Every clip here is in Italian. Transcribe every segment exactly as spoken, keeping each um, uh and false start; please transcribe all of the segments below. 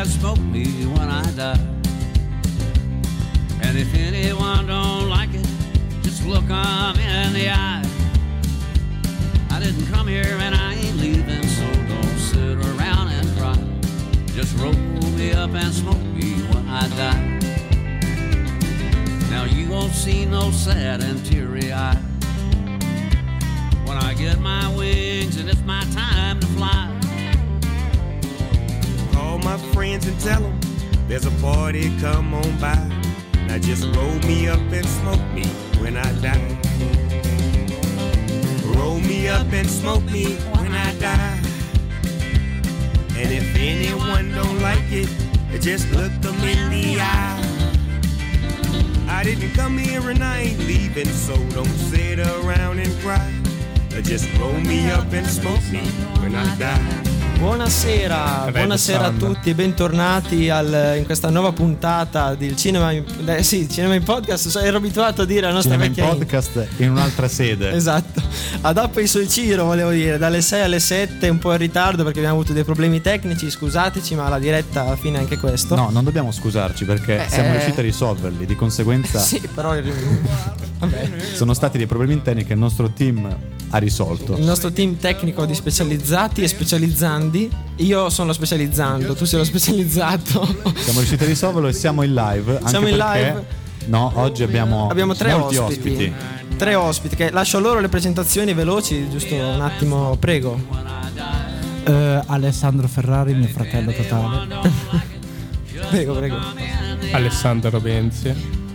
and smoke me when I die. And if anyone don't like it, just look 'em in the eye. I didn't come here and I ain't leaving, so don't sit around and cry. Just roll me up and smoke me when I die. Now you won't see no sad and teary eye when I get my wings and it's my time to fly. Call my friends and tell them there's a party, come on by. Now just roll me up and smoke me when I die. Roll me up and smoke me when I die. And if anyone don't like it, just look them in the eye. I didn't come here and I ain't leaving, so don't sit around and cry. Just roll me up and smoke me when I die. Buonasera, buonasera a tutti e bentornati al, in questa nuova puntata del Cinema in, eh, sì, Cinema in Podcast. Ero abituato a dire la nostra Cinema vecchia in Podcast in un'altra sede. Esatto, ad Appo e Sol Ciro volevo dire, dalle sei alle sette, un po' in ritardo perché abbiamo avuto dei problemi tecnici, scusateci, ma la diretta alla fine è anche questo. No, non dobbiamo scusarci perché eh, siamo eh... riusciti a risolverli, di conseguenza sì, però vabbè. Sono stati dei problemi interni che il nostro team ha risolto. Il nostro team tecnico di specializzati e specializzanti. Io sono specializzando, tu sei lo specializzato. Siamo riusciti a risolverlo e siamo in live. Anche siamo in perché, live. No, oggi abbiamo, abbiamo tre molti ospiti. ospiti. Tre ospiti che lascio loro le presentazioni veloci, giusto un attimo, prego. Uh, Alessandro Ferrari, mio fratello totale. Prego, prego. Alessandro Benzi.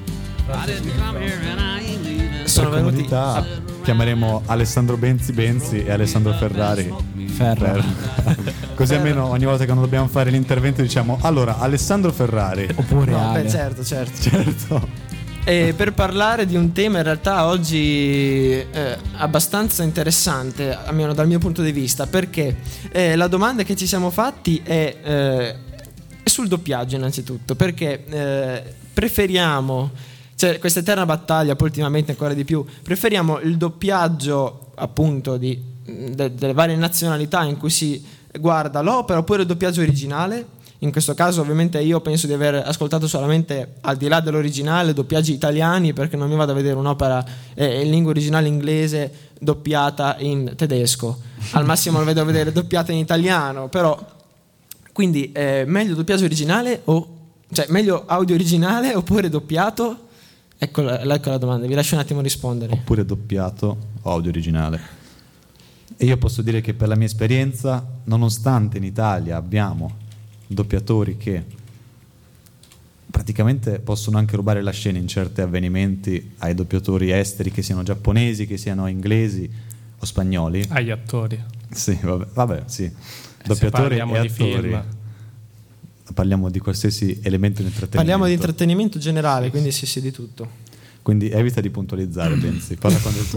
Sono per venuti a... chiameremo Alessandro Benzi Benzi e Alessandro Ferrari Ferrari. Così almeno ogni volta che non dobbiamo fare l'intervento diciamo allora Alessandro Ferrari oppure no, Ale. Beh, certo, certo. Certo. E per parlare di un tema in realtà oggi eh, abbastanza interessante, almeno dal mio punto di vista, perché eh, la domanda che ci siamo fatti è, eh, è sul doppiaggio innanzitutto, perché eh, preferiamo, cioè questa eterna battaglia, poi ultimamente ancora di più, preferiamo il doppiaggio appunto di, de, delle varie nazionalità in cui si guarda l'opera oppure il doppiaggio originale. In questo caso ovviamente io penso di aver ascoltato solamente, al di là dell'originale, doppiaggi italiani, perché non mi vado a vedere un'opera eh, in lingua originale inglese doppiata in tedesco, al massimo lo vedo a vedere doppiata in italiano, però quindi eh, meglio doppiaggio originale o cioè meglio audio originale oppure doppiato? Ecco la, ecco la domanda, vi lascio un attimo rispondere. Oppure doppiato o audio originale. E io posso dire che per la mia esperienza, nonostante in Italia abbiamo doppiatori che praticamente possono anche rubare la scena in certi avvenimenti ai doppiatori esteri, che siano giapponesi, che siano inglesi o spagnoli. Agli attori. Sì, vabbè, vabbè sì. Doppiatori e attori. Film. Parliamo di qualsiasi elemento di intrattenimento. Parliamo di intrattenimento generale, quindi sì, sì, di tutto. Quindi evita di puntualizzare, Benzi. Parla quando è il tuo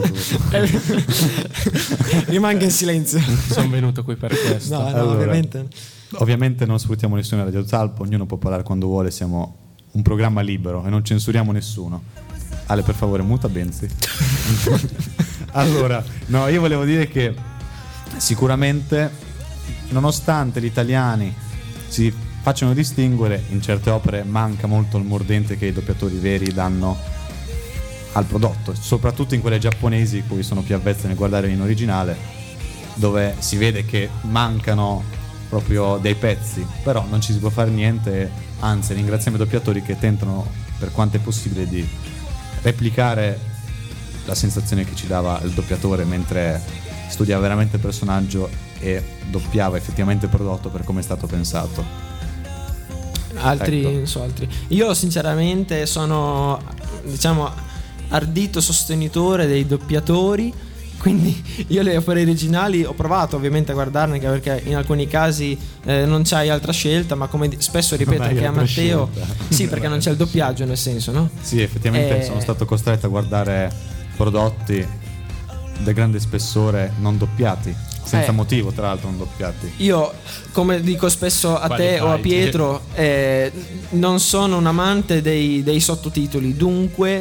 turno. Rimanga in silenzio. Sono venuto qui per questo. No, no, allora, ovviamente. Ovviamente non sfruttiamo nessuna Radio Zalpo, ognuno può parlare quando vuole, siamo un programma libero e non censuriamo nessuno. Ale, per favore, muta Benzi. Allora, no, io volevo dire che sicuramente, nonostante gli italiani si facciano distinguere, in certe opere manca molto il mordente che i doppiatori veri danno al prodotto, soprattutto in quelle giapponesi, cui sono più avvezze nel guardare in originale, dove si vede che mancano proprio dei pezzi, però non ci si può fare niente, anzi ringraziamo i doppiatori che tentano per quanto è possibile di replicare la sensazione che ci dava il doppiatore mentre studiava veramente il personaggio e doppiava effettivamente il prodotto per come è stato pensato. Altri, Ecco. non so, altri. Io sinceramente sono, diciamo, ardito sostenitore dei doppiatori, quindi io le opere originali ho provato ovviamente a guardarne, anche perché in alcuni casi eh, non c'hai altra scelta, ma come spesso ripeto Non hai anche a altra Matteo, scelta. sì, perché non c'è il doppiaggio, nel senso, no? Sì, effettivamente Eh, sono stato costretto a guardare prodotti del grande spessore non doppiati, senza Eh. motivo tra l'altro non doppiati. Io, come dico spesso a Quali te o a fai? Pietro, eh, non sono un amante dei, dei sottotitoli, dunque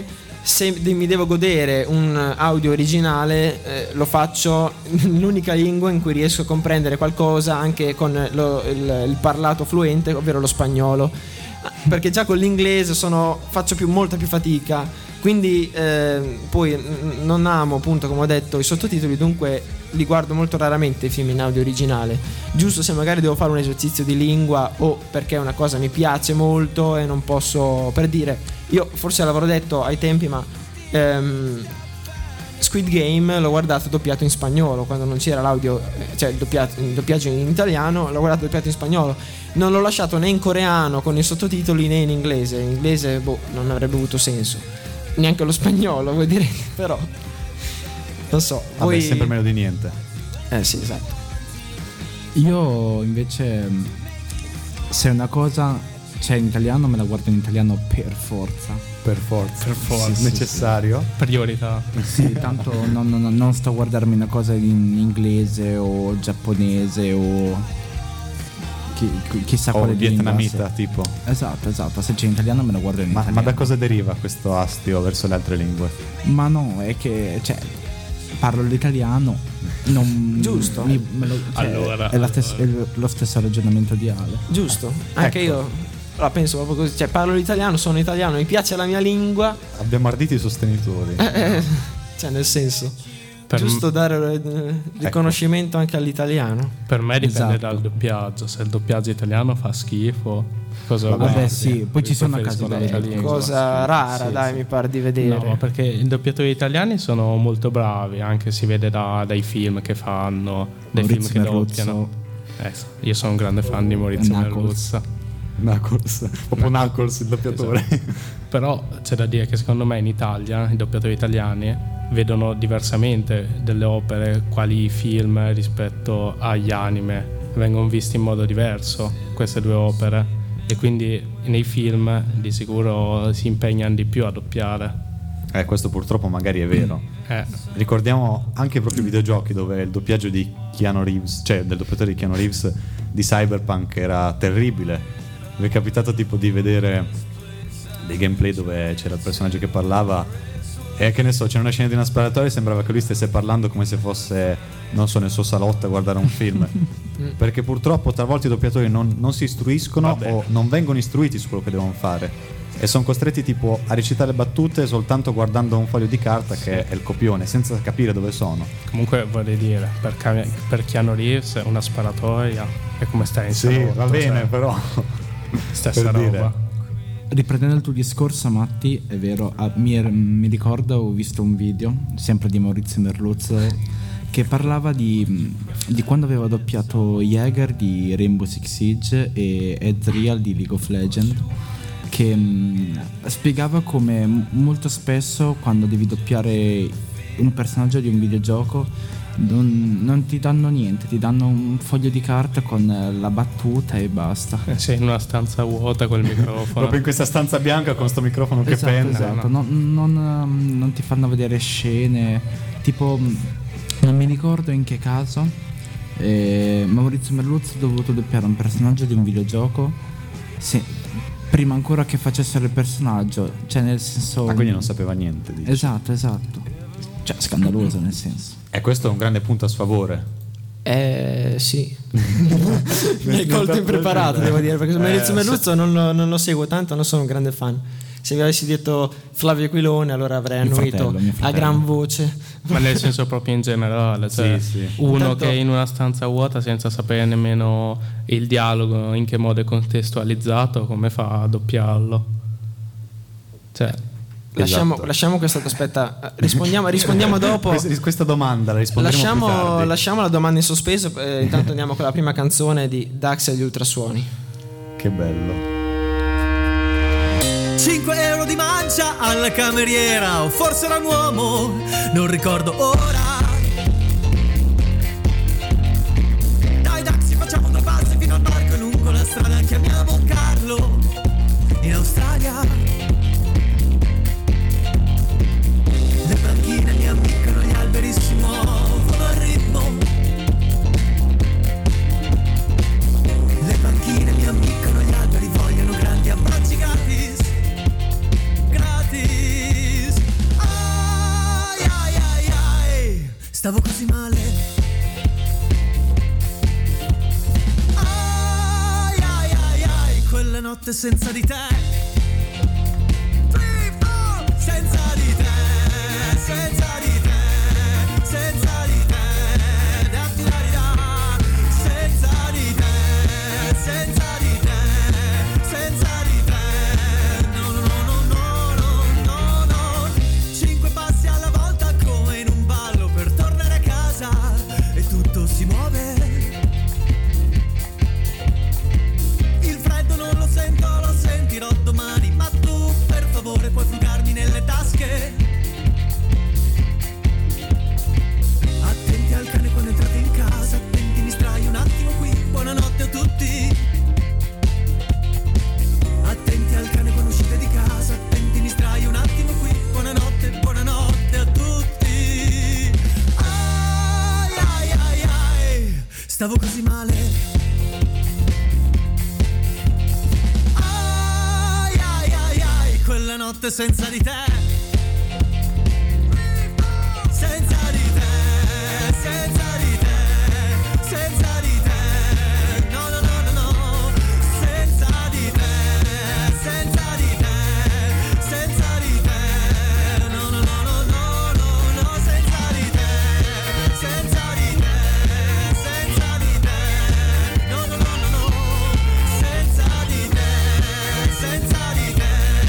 se mi devo godere un audio originale eh, lo faccio l'unica lingua in cui riesco a comprendere qualcosa, anche con lo, il, il parlato fluente, ovvero lo spagnolo, perché già con l'inglese sono, faccio più, molta più fatica, quindi eh, poi n- non amo, appunto, come ho detto, i sottotitoli, dunque li guardo molto raramente i film in audio originale, giusto se magari devo fare un esercizio di lingua o perché una cosa mi piace molto e non posso, per dire, io forse l'avrò detto ai tempi, ma ehm, Squid Game l'ho guardato doppiato in spagnolo quando non c'era l'audio, cioè il doppiato, il doppiaggio in italiano, l'ho guardato doppiato in spagnolo, non l'ho lasciato né in coreano con i sottotitoli né in inglese. In inglese boh, non avrebbe avuto senso, neanche lo spagnolo, vuoi dire, però non so. Vabbè, Poi... è sempre meglio di niente. Eh sì, esatto. Io invece, se una cosa c'è in italiano, me la guardo in italiano per forza. Per forza. Per forza. Sì, necessario. Priorità. Sì, tanto non, non, non sto a guardarmi una cosa in inglese o giapponese o chi, chissà O quale vietnamita, lingua. tipo. Esatto, esatto. Se c'è in italiano me la guardo in Ma, italiano. ma da cosa deriva questo astio verso le altre lingue? Ma no, è che, cioè, parlo l'italiano. Non, Giusto. mi- me lo- cioè, Allora, è, la stes- è lo stesso ragionamento di Ale. Giusto, anche Ecco. io la penso proprio così, cioè parlo l'italiano, sono italiano, mi piace la mia lingua, Abbiamo arditi i sostenitori. eh, eh, cioè nel senso, Per giusto dare eh, riconoscimento anche all'italiano. Per me dipende Esatto. dal doppiaggio. Se il doppiaggio italiano fa schifo, cosa Vabbè, Vabbè, guardi? sì, poi ci sono Preferisco casi l'altra belli. lingua. Cosa rara, sì, dai, sì. mi pare di vedere. No, perché i doppiatori italiani sono molto bravi, anche si vede da- dai film che fanno, dai Maurizio film che Merluzzo. doppiano. Eh, io sono un grande fan di Maurizio Knuckles. Merluzzo. Knuckles. Proprio Knuckles, il doppiatore. Però c'è da dire che secondo me in Italia i doppiatori italiani vedono diversamente delle opere quali i film rispetto agli anime, vengono visti in modo diverso queste due opere, e quindi nei film di sicuro si impegnano di più a doppiare. Eh, questo purtroppo magari è vero. Eh, Ricordiamo anche proprio i videogiochi dove il doppiaggio di Keanu Reeves, cioè del doppiatore di Keanu Reeves di Cyberpunk, era terribile. Mi è capitato tipo di vedere dei gameplay dove c'era il personaggio che parlava e che ne so, c'era una scena di una sparatoria e sembrava che lui stesse parlando come se fosse, non so, nel suo salotto a guardare un film. Perché purtroppo talvolta i doppiatori non, non si istruiscono Vabbè. o non vengono istruiti su quello che devono fare e sono costretti tipo a recitare battute soltanto guardando un foglio di carta che è il copione, senza capire dove sono. comunque vorrei dire, per, Cam- per Keanu Reeves una sparatoria è come stare in salotto, cioè, però stessa per dire. roba. Riprendendo il tuo discorso, Matti, è vero, ah, mi, mi ricordo, ho visto un video sempre di Maurizio Merluzzo che parlava di, di quando aveva doppiato Jäger di Rainbow Six Siege e Ezreal di League of Legends, che mh, spiegava come m- molto spesso quando devi doppiare un personaggio di un videogioco non, non ti danno niente, ti danno un foglio di carta con la battuta e basta. Eh, sei in una stanza vuota col microfono. Proprio in questa stanza bianca con sto microfono che Esatto, penna. esatto. Non, non, um, non ti fanno vedere scene tipo, mh, non mi ricordo in che caso, eh, Maurizio Merluzzo ha dovuto doppiare un personaggio di un videogioco, sì, prima ancora che facessero il personaggio, cioè nel senso, Ma quindi non sapeva niente. Dici. esatto, esatto, cioè scandaloso nel senso. E questo è un grande punto a sfavore. Eh sì, mi hai colto impreparato, devo dire, perché Maurizio Eh, Merluzzo non lo, non lo seguo tanto, non sono un grande fan. Se mi avessi detto Flavio Aquilone allora avrei Mio annuito fratello, mio a fratello. gran voce. Ma nel senso proprio in generale, cioè Sì, sì. uno Intanto- che è in una stanza vuota senza sapere nemmeno il dialogo, in che modo è contestualizzato, come fa a doppiarlo? Cioè, Lasciamo, Esatto. lasciamo questa, aspetta, rispondiamo, rispondiamo dopo. Questa, questa domanda la risponderemo più Lasciamo, tardi. lasciamo la domanda in sospeso, eh, intanto andiamo con la prima canzone di Dax e gli ultrasuoni. Che bello. cinque euro di mancia alla cameriera, o forse era un uomo, non ricordo ora. Dai Daxi, facciamo due passi fino al parco, lungo la strada chiamiamo Carlo, in Australia. Le panchine mi ammiccano, gli alberi si muovono al ritmo. Le panchine mi ammiccano, gli alberi vogliono grandi abbracci gratis. Gratis. stavo così male. Ai ai ai ai, quella notte senza di te. Senza di te, senza di te, senza di te, da di da di da. Senza di te, senza di te, senza di te. No no no no no no no. Cinque passi alla volta come in un ballo per tornare a casa e tutto si muove. Il freddo non lo sento, lo sentirò domani, ma tu per favore puoi frugarmi nelle tasche. Attenti al cane quando entrate in casa, attenti mi strai un attimo qui, buonanotte a tutti. Attenti al cane quando uscite di casa, attenti mi strai un attimo qui, buonanotte, buonanotte a tutti. Ai ai ai ai, stavo così male. Quella notte senza di te, senza di te, senza di te, senza di te, no no no no no, senza di te, senza di te, senza di te, no no no no no no no, senza di te, senza di te, senza di te, no no no no no, senza di te, senza di te.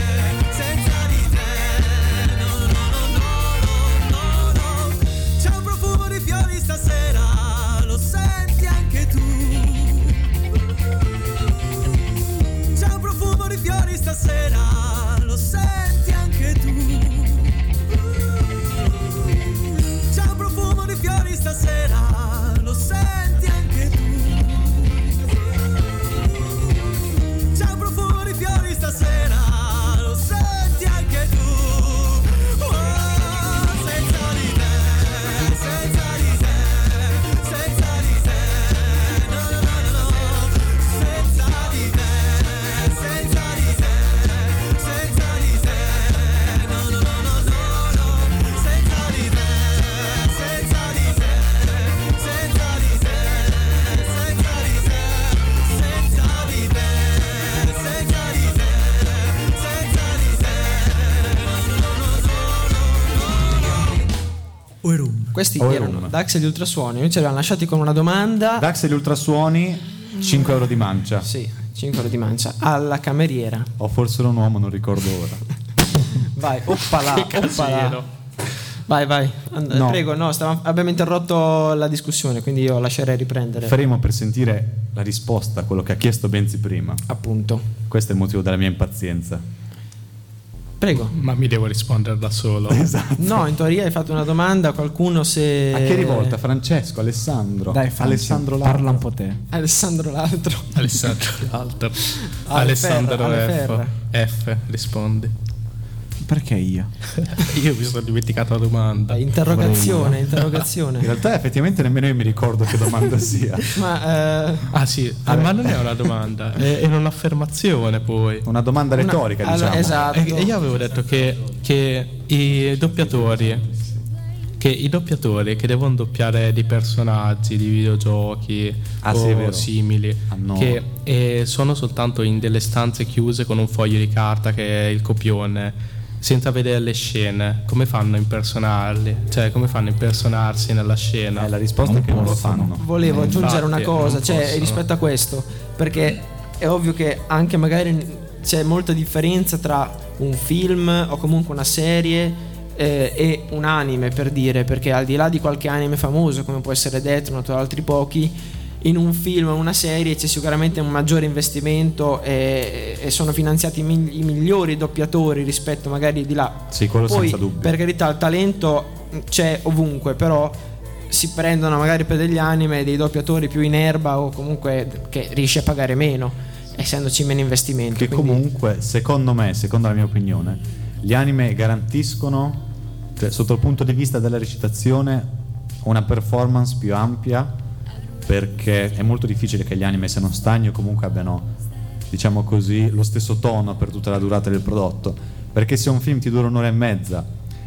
Stasera lo senti anche tu. C'è un profumo di fiori stasera, lo senti anche tu. C'è un profumo di fiori stasera, lo senti anche tu. C'è un profumo di fiori stasera, lo senti anche tu. Oh, senza di te, senza di te. Questi Oh, erano room. Dax e gli ultrasuoni. Noi ci eravamo lasciati con una domanda. Dax e gli ultrasuoni, cinque euro di mancia. Sì, cinque euro di mancia alla cameriera. O forse era un uomo, non ricordo ora. Vai, oppala, Che oppala. casino. Vai, vai. And- No. Prego, no, stavamo- abbiamo interrotto la discussione, quindi io lascerei riprendere. Faremo per sentire la risposta a quello che ha chiesto Benzi prima. Appunto. Questo è il motivo della mia impazienza. Prego. Ma mi devo rispondere da solo. Esatto. No, in teoria hai fatto una domanda a qualcuno se... A che rivolta? Francesco, Alessandro? Dai, Francio, Alessandro parla Lara. un po' te. Alessandro l'altro. Alessandro l'altro. Ale Alessandro Ferra, Ale F. F, rispondi. Perché io? Io mi sono dimenticato la domanda. Dai, interrogazione, interrogazione. In realtà effettivamente nemmeno io mi ricordo che domanda sia. Ma eh, Ah sì, ah, ma non è una domanda, è, è un'affermazione poi. Una domanda retorica, una- diciamo. allora, esatto. E, e io avevo detto che, che i doppiatori che i doppiatori che devono doppiare di personaggi di videogiochi Ah, o sì, è vero. simili Ah, no. che eh, sono soltanto in delle stanze chiuse con un foglio di carta che è il copione, senza vedere le scene, come fanno a impersonarli? Cioè, come fanno a impersonarsi nella scena? Eh, la risposta Non è che non lo possono. fanno. volevo Eh, aggiungere infatti, una cosa, non cioè possono. rispetto a questo, perché è ovvio che anche magari c'è molta differenza tra un film o comunque una serie eh, e un anime, per dire, perché al di là di qualche anime famoso come può essere Death Note o altri pochi, in un film o una serie c'è sicuramente un maggiore investimento e, e sono finanziati i, migli- i migliori doppiatori rispetto magari di là. Sì, quello Poi, senza dubbio. per carità, il talento c'è ovunque, però si prendono magari per degli anime dei doppiatori più in erba o comunque che riesce a pagare meno, essendoci meno investimento. Che quindi- comunque, secondo me, secondo la mia opinione, gli anime garantiscono, cioè, sotto il punto di vista della recitazione, una performance più ampia, perché è molto difficile che gli anime siano stagni o comunque abbiano, diciamo così, lo stesso tono per tutta la durata del prodotto. Perché se un film ti dura un'ora e mezza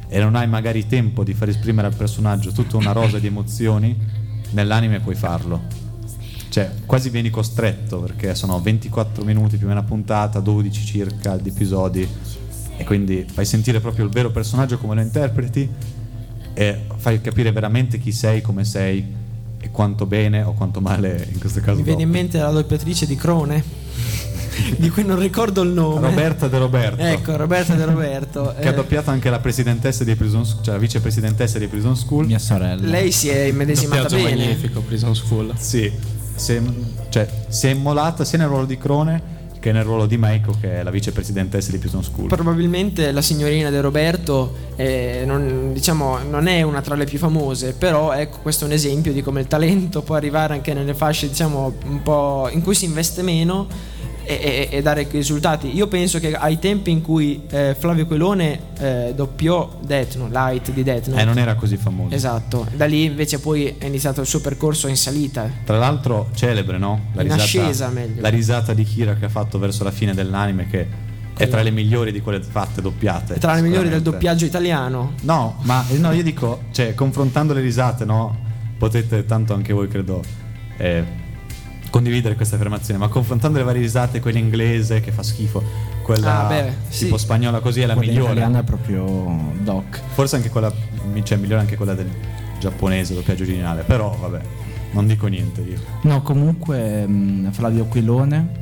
e non hai magari tempo di far esprimere al personaggio tutta una rosa di emozioni, nell'anime puoi farlo. Cioè, quasi vieni costretto, perché sono ventiquattro minuti più o meno a puntata, dodici circa di episodi, e quindi fai sentire proprio il vero personaggio come lo interpreti e fai capire veramente chi sei, come sei e quanto bene o quanto male in questo caso. Mi viene in dopo. mente la doppiatrice di Crone, di cui non ricordo il nome. Roberta De Roberto. Ecco, Roberta De Roberto. Che ha Eh, doppiato anche la presidentessa di Prison School, cioè la vicepresidentessa di Prison School. Mia sorella. lei si è immedesimata Doppiaggio bene. magnifico, Prison School. Sì, si è, cioè, si è immolata sia nel ruolo di Crone che nel ruolo di Meiko, che è la vicepresidentessa di Prison School. Probabilmente la signorina De Roberto eh, non, diciamo, non è una tra le più famose, però ecco, questo è un esempio di come il talento può arrivare anche nelle fasce, diciamo, un po' in cui si investe meno e, e, e dare risultati. Io penso che ai tempi in cui eh, Flavio Quelone eh, doppiò Death Note, Light di Death Note, Eh, non era così famoso. esatto, da lì invece poi è iniziato il suo percorso in salita. Tra l'altro celebre, no? La In risata, ascesa, meglio. La risata di Kira che ha fatto verso la fine dell'anime, che è tra le migliori di quelle fatte doppiate. È tra le migliori del sicuramente. doppiaggio italiano. No, ma eh, no, io dico, cioè, confrontando le risate, no? Potete tanto anche voi, credo, eh, condividere questa affermazione, ma confrontando le varie risate, quella inglese che fa schifo, quella Ah, beh, sì. tipo spagnola così è la Quella migliore. italiana è proprio doc. Forse anche quella, cioè migliore anche quella del giapponese, doppiaggio originale, però vabbè, non dico niente io. No, comunque mh, Flavio Aquilone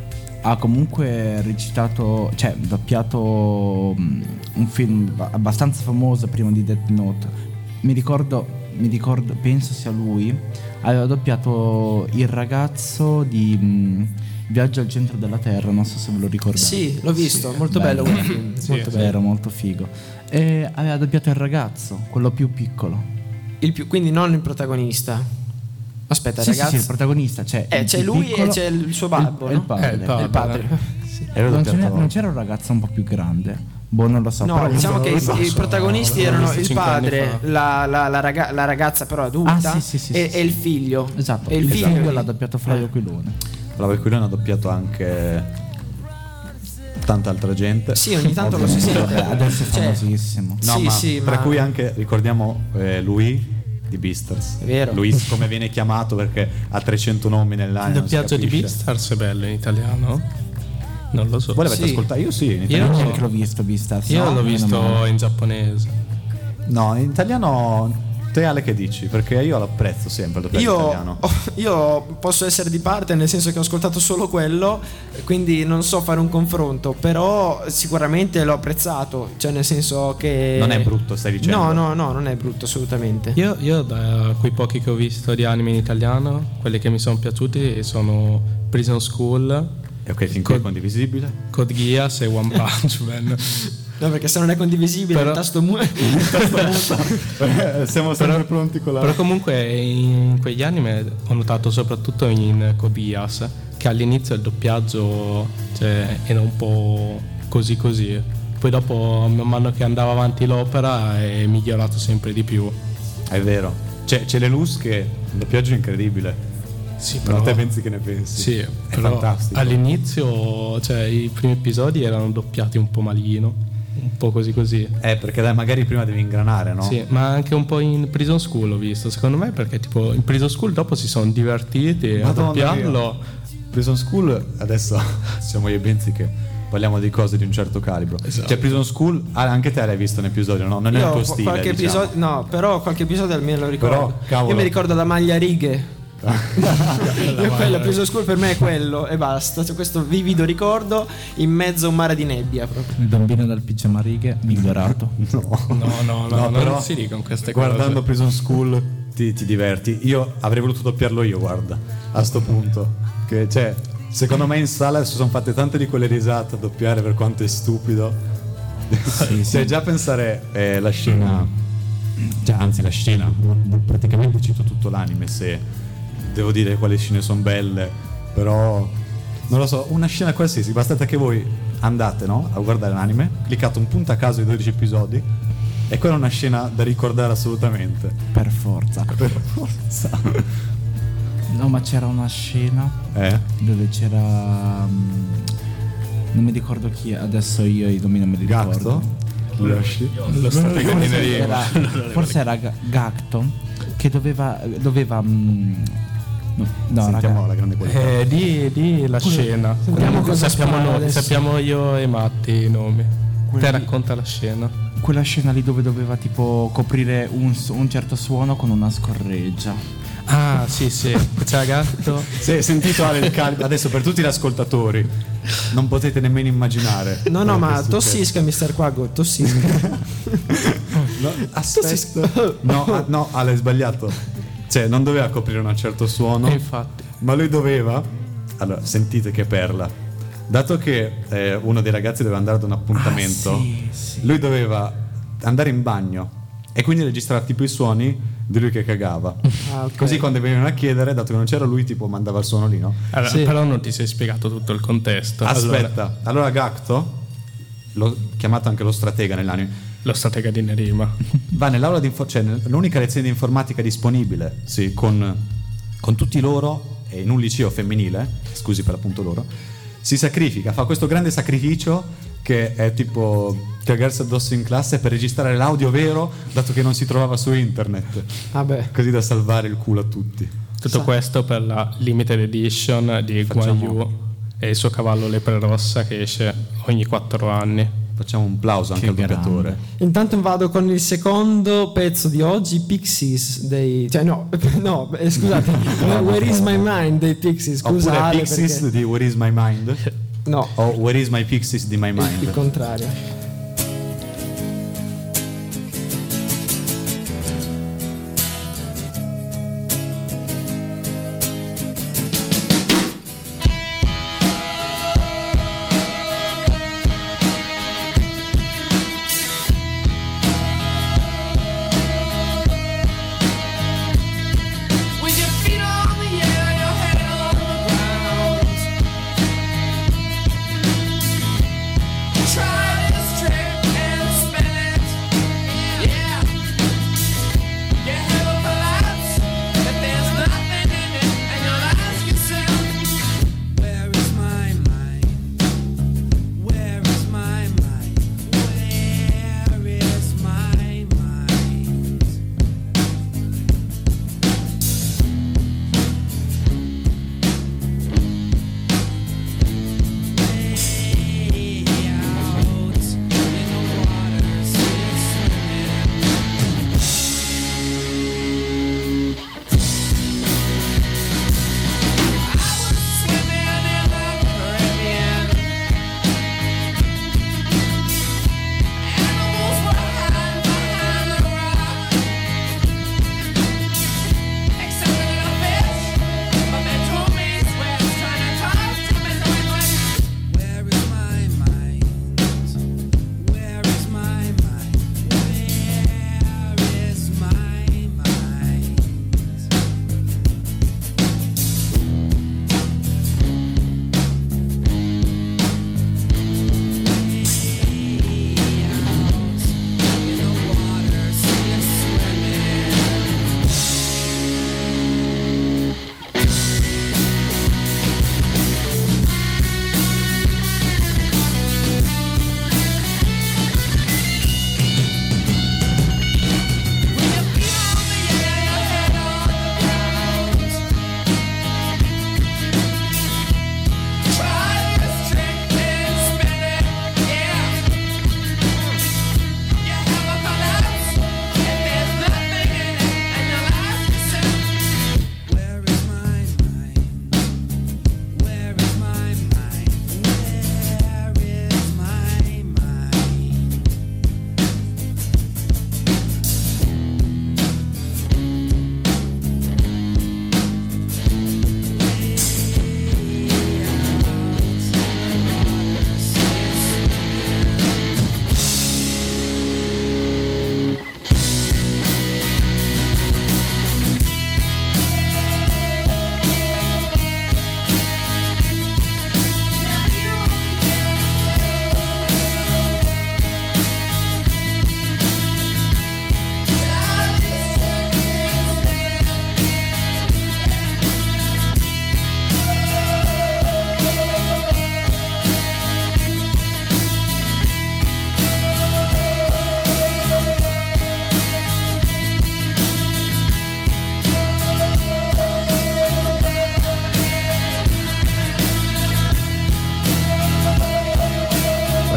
ha comunque recitato, cioè doppiato mh, un film ba- abbastanza famoso prima di Death Note. Mi ricordo, mi ricordo, penso sia lui, aveva doppiato il ragazzo di mh, Viaggio al centro della Terra, non so se ve lo ricordate. Sì, l'ho visto, molto bello quel film. Sì, molto sì. bello. Era molto figo. E aveva doppiato il ragazzo, quello più piccolo. Il più, quindi non il protagonista. Aspetta, Sì, sì, ragazzi. sì, il protagonista, cioè Eh, il c'è più lui piccolo e c'è il suo babbo, e il, no? il padre. Eh, il padre. Il padre. Sì. Era Non, doppiato- ce n'è- non c'era un ragazzo un po' più grande? Boh, non lo so. No, però diciamo non che lo i, so, i so- protagonisti l'ho erano visto il cinque anni padre, fa. la, la- la raga- la ragazza però adulta Ah, sì, sì, sì, e, sì, e il sì. figlio. Esatto, E il il figlio figlio l'ha lì. doppiato Flavio Aquilone. Flavio Aquilone ha doppiato anche tanta altra gente. Sì, ogni tanto lo si Vabbè, sente. adesso è Cioè, famosissimo. No, sì, ma sì, tra ma- cui anche ricordiamo eh, Louis di Beastars. È vero. Louis come viene chiamato perché ha trecento nomi Il nell'anime. non si doppiaggio di capisce. Beastars è bello in italiano? Non lo so. Voi l'avete Sì. ascoltato? Io sì, in Io italiano. Io no. neanche l'ho visto, Beastars. Io No, l'ho meno visto male. in giapponese. No, in italiano te Ale che dici? Perché io l'apprezzo sempre il doppiaggio Io, italiano. oh, io posso essere di parte, nel senso che ho ascoltato solo quello, quindi non so fare un confronto, però sicuramente l'ho apprezzato, cioè nel senso che... Non è brutto, stai dicendo? No, no, no, non è brutto assolutamente. Io, io da quei pochi che ho visto di anime in italiano, quelli che mi sono piaciuti sono Prison School, E ok, fin qui è Col- condivisibile. Code Geass e One Punch Man. No, perché se non è condivisibile Però- il tasto mu- Siamo sempre pronti con la... Però comunque in quegli anime ho notato soprattutto in Code Geass che all'inizio il doppiaggio, cioè, era un po' così così. Poi dopo, man mano che andava avanti l'opera, è migliorato sempre di più. È vero. C'è, c'è le Luz che il doppiaggio è incredibile. Sì, Però te pensi che ne pensi? Sì, è però fantastico. all'inizio, cioè, i primi episodi erano doppiati un po' malino, un po' così così. Eh, perché dai, magari prima devi ingranare, no? Sì, ma anche un po' in Prison School ho visto, secondo me, perché tipo in Prison School dopo si sono divertiti a Madonna doppiarlo. mia. Prison School, adesso siamo io e Benzi che parliamo di cose di un certo calibro. Esatto. Cioè Prison School, ah, anche te l'hai visto un episodio, no? Non è il Io tuo qu- stile, qualche diciamo. episodio, no, però qualche episodio almeno lo ricordo. Però, cavolo. Io mi ricordo la maglia a righe. Io quello, Prison School per me è quello e basta. C'è questo vivido ricordo in mezzo a un mare di nebbia proprio. Il bambino dal pigiama a righe migliorato. No, No, no, no, non però si dicono queste guardando cose. Prison School ti, ti diverti. Io avrei voluto doppiarlo io, guarda, a sto punto. Che, cioè, secondo me in sala si sono fatte tante di quelle risate a doppiare per quanto è stupido. Sì, Cioè, già pensare eh, la scena, cioè, anzi, la scena, praticamente cito tutto l'anime se devo dire quali scene sono belle, però non lo so, una scena qualsiasi, bastate che voi andate, no, a guardare l'anime, cliccate un punto a caso i dodici episodi e quella è una scena da ricordare assolutamente. Per forza. Per forza. No, ma c'era una scena Eh? dove c'era. mm, non mi ricordo chi, adesso io i nomi non me li Gacto? ricordo. Yoshi. Lo stratega di Forse Nerima. era, forse era Ga- Gacto che doveva doveva mm, no, no Sentiamo raga, la grande qualità. Eh, di, di la scena. Sentiamo cosa sappiamo, spara noi- adesso. sappiamo io e Matti i nomi. Quelli- Te racconta la scena. quella scena lì dove doveva tipo coprire un, su- un certo suono con una scorreggia. Ah, sì, sì. C'era Gatto. Se sentito Ale il caldo, adesso per tutti gli ascoltatori, non potete nemmeno immaginare. No, no, quello ma che succede. tossisca, mister Quago, tossisca. No, aspetta. No, ah, no, Ale, hai sbagliato. Cioè, non doveva coprire un certo suono, E infatti. ma lui doveva. Allora, sentite che perla. Dato che eh, uno dei ragazzi doveva andare ad un appuntamento, Ah, sì, sì. lui doveva andare in bagno e quindi registrare tipo i suoni di lui che cagava. Ah, ok. Così quando venivano a chiedere, dato che non c'era lui, tipo mandava il suono lì, no? Allora, Sì. Però non ti sei spiegato tutto il contesto. Allora, Aspetta, allora Gacto, l'ho chiamato anche lo stratega nell'anime, lo stratega di Nerima. va nell'aula di info- cioè l'unica lezione di informatica disponibile, sì, con, con tutti loro e in un liceo femminile, scusi per l'appunto loro, si sacrifica, fa questo grande sacrificio che è tipo cagarsi addosso in classe per registrare l'audio vero, dato che non si trovava su internet, Vabbè. così da salvare il culo a tutti. Tutto Sa- questo per la limited edition di Facciamo- Guan Yu e il suo cavallo lepre rossa che esce ogni quattro anni. Facciamo un plauso anche Che al doppiatore. grande. Intanto vado con il secondo pezzo di oggi, Pixies dei... Cioè no, no, eh, scusate, Where is my mind dei Pixies, Oppure scusa Ale, Pixies perché- di Where is my mind? No, O Where is my Pixies di my il mind? contrario. With your feet on the air, your head on the ground. Try this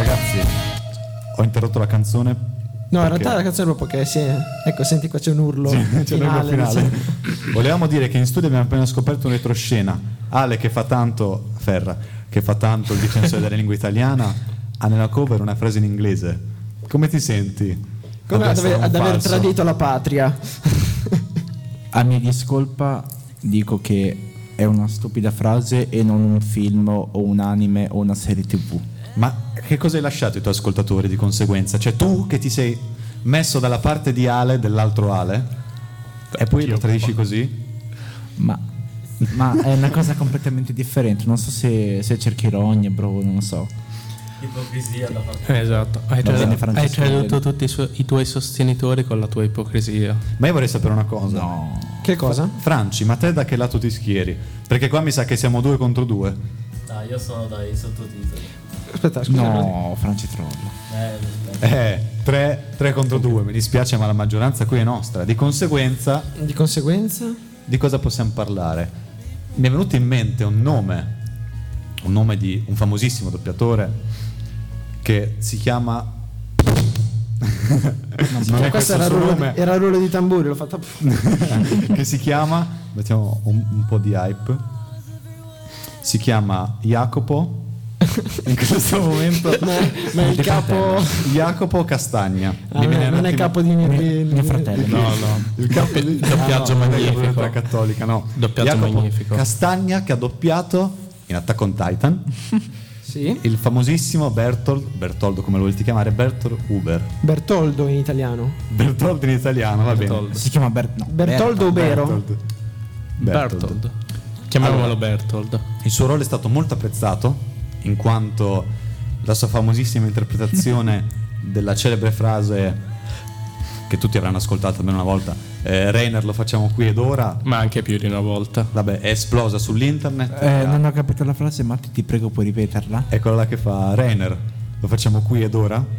ragazzi, ho interrotto la canzone. No, in perché- realtà la canzone è proprio che si è... Ecco, senti qua c'è un urlo Sì, c'è finale. l'urlo finale. diciamo. Volevamo dire che in studio abbiamo appena scoperto un retroscena. Ale che fa tanto, Ferra, che fa tanto il difensore della lingua italiana, ha nella cover una frase in inglese. Come ti senti? Come ad essere aver, un ad aver falso? tradito la patria. A mia discolpa dico che è una stupida frase e non un film o un anime o una serie tv. Ma che cosa hai lasciato ai tuoi ascoltatori di conseguenza? Cioè tu che ti sei messo dalla parte di Ale, dell'altro Ale, e poi lo tradisci così? Ma, ma è una cosa completamente differente. Non so se, se cerchi ironia, bro, non lo so. Ipocrisia da parte. Esatto, hai, Va bene, tra- hai Francesco, tradotto bene. tutti i, suoi- i tuoi sostenitori con la tua ipocrisia. Ma io vorrei sapere una cosa. No. Che cosa? Franci, ma te da che lato ti schieri? Perché qua mi sa che siamo due contro due. Dai, io sono dai sottotitoli. Aspetta, scusa. No, Franci trolla. Eh, Eh, tre contro due, mi dispiace ma la maggioranza qui è nostra. Di conseguenza, Di conseguenza? di cosa possiamo parlare? Mi è venuto in mente un nome, un nome di un famosissimo doppiatore che si chiama... non è Questo questo era il il suo rullo, nome, di, era il rullo di tamburi, l'ho fatto. che si chiama, mettiamo un, un po' di hype, si chiama Jacopo, in questo momento Ma è, ma è il capo. Jacopo Castagna. Ah, Mi viene non un è attimo- capo di mio, di- Mio fratello. No, no. il capo di Doppiaggio Ah, no, non è magnifico. la comunità cattolica, no. Doppiaggio Jacopo magnifico. Castagna che ha doppiato in Attack on Titan Sì. il famosissimo Bertold, Bertoldo come lo volete chiamare, Bertold Uber. Bertoldo in italiano. Bertoldo in italiano, va bene. Bertoldo. Si chiama Bert. No, Bertoldo Ubero. Bertold. Bertold. Chiamiamolo Allora. Bertold. Il suo ruolo è stato molto apprezzato in quanto la sua famosissima interpretazione della celebre frase che tutti avranno ascoltato almeno una volta, eh, Rainer lo facciamo qui ed ora, Ma anche più di una volta. vabbè, è esplosa sull'internet. Eh, non ho capito la frase, Matti, ti prego, puoi ripeterla? È quella là che fa Rainer, lo facciamo qui ed ora,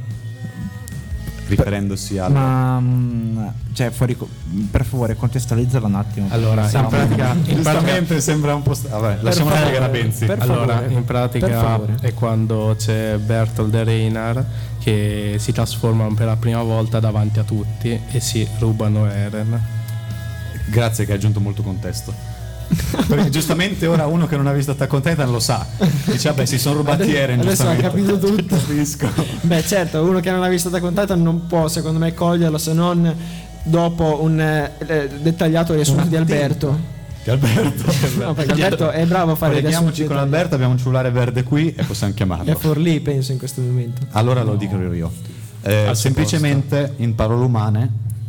riferendosi al... Ma mm, cioè fuori co- per favore contestualizzala un attimo. Allora, in Siamo- pratica, in pratica, Giustamente sembra un po'... st- Vabbè, lasciamo favore, stare che la pensi. per allora, favore, in per pratica favore. è quando c'è Bertold e Reinar che si trasformano per la prima volta davanti a tutti e si rubano Eren. Grazie che hai aggiunto molto contesto. Perché giustamente ora uno che non ha visto Attack on Titan lo sa. Dice vabbè si sono rubati Eren. Adesso ha giustamente. capito tutto. Capisco. Beh, certo, uno che non ha visto Attack on Titan non può, secondo me, coglierlo se non dopo un eh, eh, dettagliato riassunto di Alberto. Di Alberto. No, perché Alberto è bravo a fare i riassunti. Colleghiamoci con Alberto, abbiamo un cellulare verde qui e possiamo È chiamarlo. Forlì, penso, in questo momento. Allora lo dico io. Eh, Al suo semplicemente, in parole umane,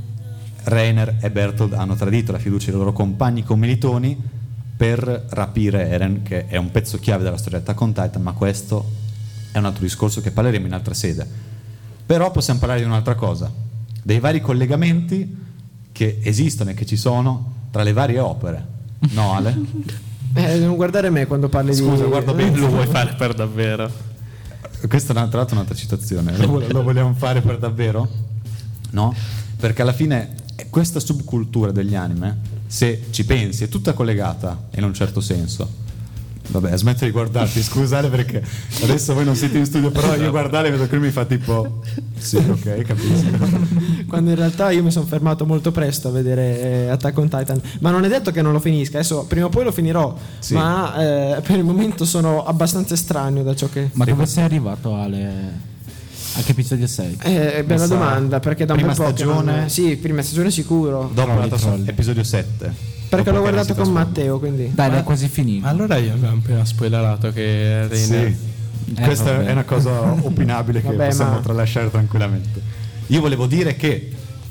Rainer e Bertold hanno tradito la fiducia dei loro compagni commilitoni per rapire Eren, che è un pezzo chiave della storia di Attack on Titan, ma questo è un altro discorso che parleremo in altra sede. Però possiamo parlare di un'altra cosa, dei vari collegamenti che esistono e che ci sono tra le varie opere. No, Ale? Eh, non guardare me quando parli Scusa, di... guarda bene. Lo vuoi fare per davvero? Questa è una- tra l'altro un'altra citazione. Lo, vo- lo vogliamo fare per davvero? No? Perché alla fine è questa subcultura degli anime, se ci pensi, è tutta collegata in un certo senso. Vabbè, smetto di guardarti, scusate perché adesso voi non siete in studio, però io guardare vedo che lui mi fa tipo sì, ok, capisco. Quando in realtà io mi sono fermato molto presto a vedere eh, Attack on Titan. Ma non è detto che non lo finisca. Adesso prima o poi lo finirò. Sì. Ma eh, per il momento sono abbastanza estraneo da ciò che... Ma dove sei arrivato, Ale? A che episodio sei? Eh, bella sa- domanda, perché da un prima bel po' che stagione- non- Sì, prima stagione sicuro. Dopo Trolli, l'altro trolli. episodio sette. Perché Dopo l'ho che guardato si con trasforma. Matteo, quindi... Dai, l'hai quasi finito. Allora io abbiamo appena spoilerato che Reiner Sì, Eh, questa vabbè. è una cosa opinabile che Vabbè, possiamo ma- tralasciare tranquillamente. Io volevo dire che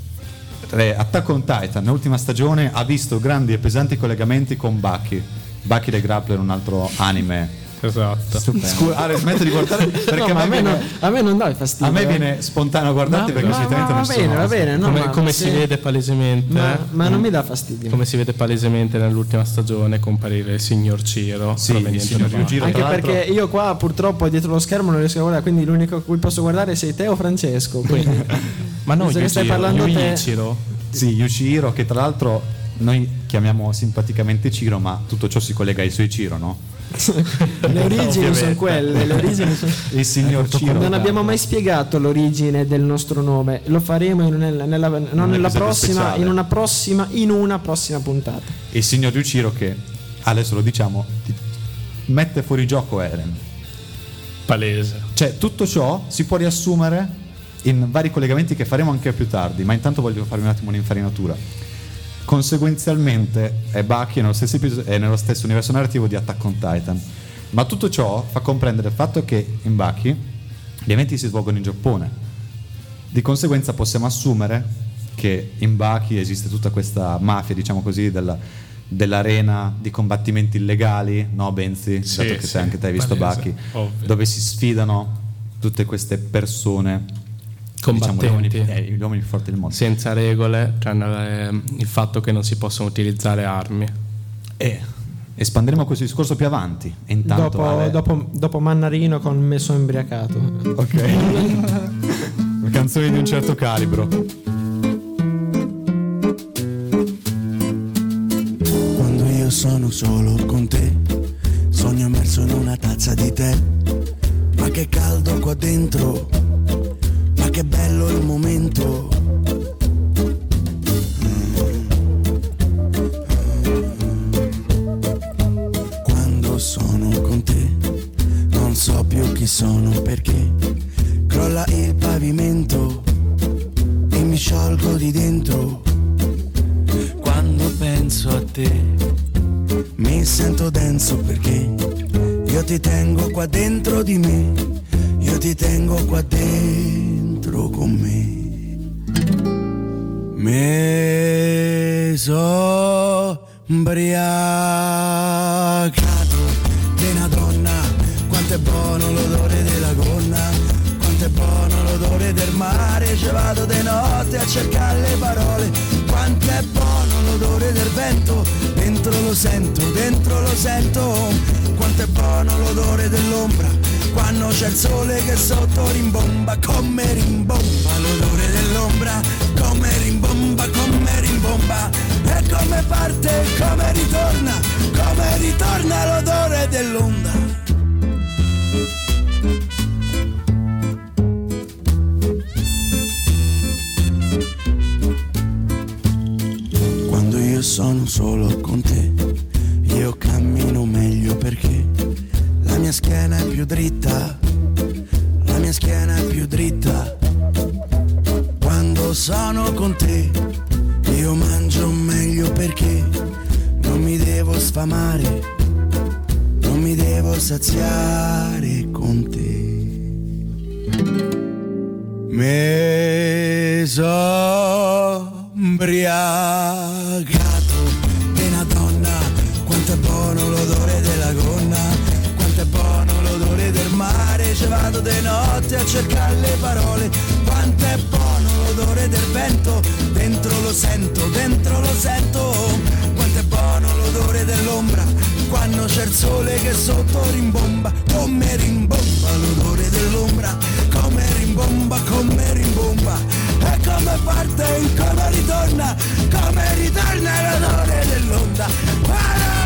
eh, Attack on Titan, l'ultima stagione, ha visto grandi e pesanti collegamenti con Bucky. Bucky the Grappler, un altro anime. Esatto. Stupendo. Scusa, Ale, smetto di guardare perché No, ma a, me a, me viene, non, a me non dai fastidio. a me eh. viene spontaneo guardarti Ma- perché ma- solitamente ma non va sono bene, va ospite. bene, no, come ma come se- si vede palesemente Ma, ma non mi dà fastidio. come si vede palesemente nell'ultima stagione comparire il signor Ciro Sì, proveniente il signor da Ryujiro. Bari. Anche tra l'altro- perché io qua purtroppo dietro lo schermo non riesco a guardare, quindi l'unico a cui posso guardare sei te o Francesco. Quindi, Ma no, visto che stai Yujiro, parlando te- Yujiro. Sì, Yuichiro, che tra l'altro noi chiamiamo simpaticamente Ciro, ma tutto ciò si collega ai suoi Ciro, no? Le origini sono Ovviamente. quelle, le origini sono... Il signor Ciro. Non abbiamo mai spiegato l'origine del nostro nome, lo faremo in- nella, nella- non nella episodio prossima, speciale. in una prossima, in una prossima puntata. Il signor Ciro che, adesso lo diciamo, ti- mette fuori gioco Eren. Palese. Cioè, tutto ciò si può riassumere in vari collegamenti che faremo anche più tardi, ma intanto voglio farvi un attimo un'infarinatura. Conseguenzialmente è Baki è nello stesso, episodio, è nello stesso universo narrativo di Attack on Titan, ma tutto ciò fa comprendere il fatto che in Baki gli eventi si svolgono in Giappone. Di conseguenza possiamo assumere che in Baki esiste tutta questa mafia, diciamo così, della, dell'arena di combattimenti illegali, no Benzi? Sì, Dato che sì, sai anche te hai visto palese, Baki, ovvio. dove si sfidano tutte queste persone, Combattenti. diciamo, gli uomini, eh, gli uomini più forti del mondo. Senza regole, tranne eh, il fatto che non si possono utilizzare armi. E espanderemo questo discorso più avanti. E intanto Dopo, Ale- dopo, dopo Mannarino con Me sono imbriacato. ok. Canzoni di un certo calibro. Quando io sono solo con te, sogno immerso in una tazza di tè. Ma che caldo qua dentro, ma che bello il momento. Quando sono con te, non so più chi sono perché crolla il pavimento e mi sciolgo di dentro. Quando penso a te mi sento denso perché io ti tengo qua dentro di me, io ti tengo qua dentro con me. Me so imbriacato di una donna, quanto è buono l'odore della gonna, quanto è buono l'odore del mare, ci vado di notte a cercare le parole, quanto è buono l'odore del vento, dentro lo sento, dentro lo sento, quanto è buono l'odore dell'ombra, quando c'è il sole che sotto rimbomba, come rimbomba l'odore dell'ombra, come rimbomba, come rimbomba, e come parte, come ritorna, come ritorna l'odore dell'onda. Quando io sono solo con te, io cammino meglio perché la mia schiena è più dritta, la mia schiena è più dritta. Quando sono con te, io mangio meglio perché non mi devo sfamare, non mi devo saziare con te. Me so imbriacato di una donna, quanto è buono l'odore della gonna, quanto è buono l'odore del mare, ci vado di notte a cercare le parole, quanto è buono l'odore del vento, dentro lo sento, dentro lo sento, quanto è buono l'odore dell'ombra, quando c'è il sole che sotto rimbomba, come rimbomba l'odore dell'ombra, come rimbomba, come rimbomba, e come parte, come ritorna, come ritorna l'odore dell'onda. Ah!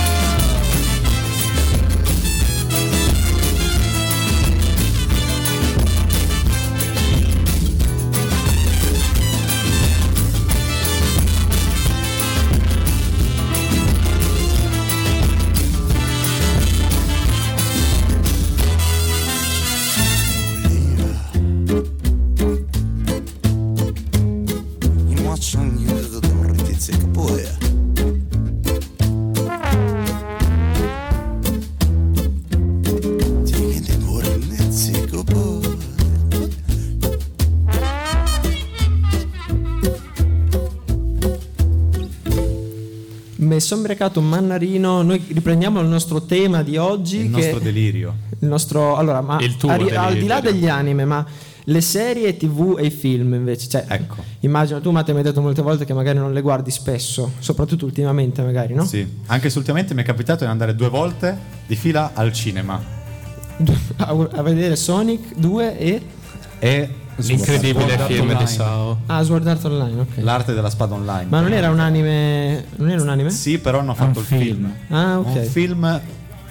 Me sono imbriacato Mannarino. Noi riprendiamo il nostro tema di oggi, Il che nostro delirio. il nostro, allora, ma Il tuo arri- delirio. al di là degli anime, ma le serie tivù e i film invece, cioè, Ecco. immagino tu, Matteo, mi hai detto molte volte che magari non le guardi spesso, soprattutto ultimamente magari, no? Sì, anche se ultimamente mi è capitato di andare due volte di fila al cinema. a, a vedere Sonic due e E L'incredibile Sword Art film Online. di Sao. ah, Sword Art Online, ok. L'arte della spada online. Ma non era un anime, non era un anime? Sì, però hanno fatto il film. Ah, ok. Un film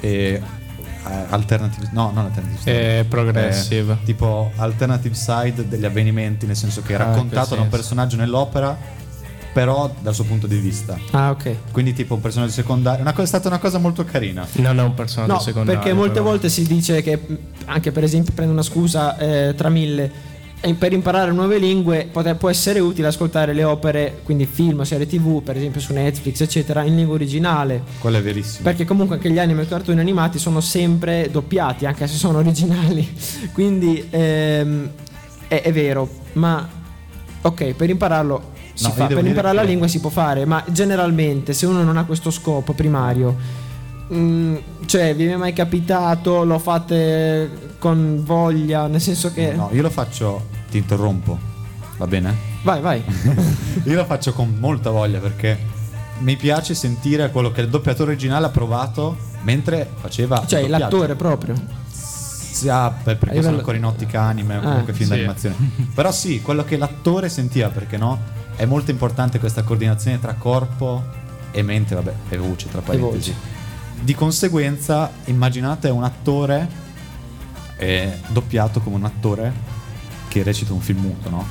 e eh, alternative, no, non alternative side, E progressive. eh, tipo alternative side degli avvenimenti, nel senso che è Ah, raccontato che da un senso. personaggio nell'opera però dal suo punto di vista, Ah, ok. quindi tipo un personaggio secondario. Una cosa, è stata una cosa molto carina. Non è un personaggio No, secondario. perché molte però. volte si dice che, mh, anche per esempio, prendo una scusa eh, tra mille, e per imparare nuove lingue pote- può essere utile ascoltare le opere, quindi film o serie tv, per esempio su Netflix, eccetera, in lingua originale. Quello è verissimo. Perché comunque anche gli anime e i cartoni animati sono sempre doppiati, anche se sono originali. Quindi ehm, è, è vero, ma ok, per impararlo si No, fa, io devo per dire imparare la che- lingua si può fare, ma generalmente se uno non ha questo scopo primario, mh, cioè vi è mai capitato, lo fate con voglia, nel senso che... No, io lo faccio, ti interrompo, va bene? Vai, vai. Io lo faccio con molta voglia perché mi piace sentire quello che il doppiatore originale ha provato mentre faceva Cioè il doppiaggio. l'attore proprio. Sia per, perché A livello- sono ancora in ottica anime o Ah, comunque film sì. d'animazione. Però sì, quello che l'attore sentiva, perché no? È molto importante questa coordinazione tra corpo e mente, vabbè, e voce tra parentesi. Di conseguenza, immaginate un attore eh, doppiato come un attore che recita un film muto, no?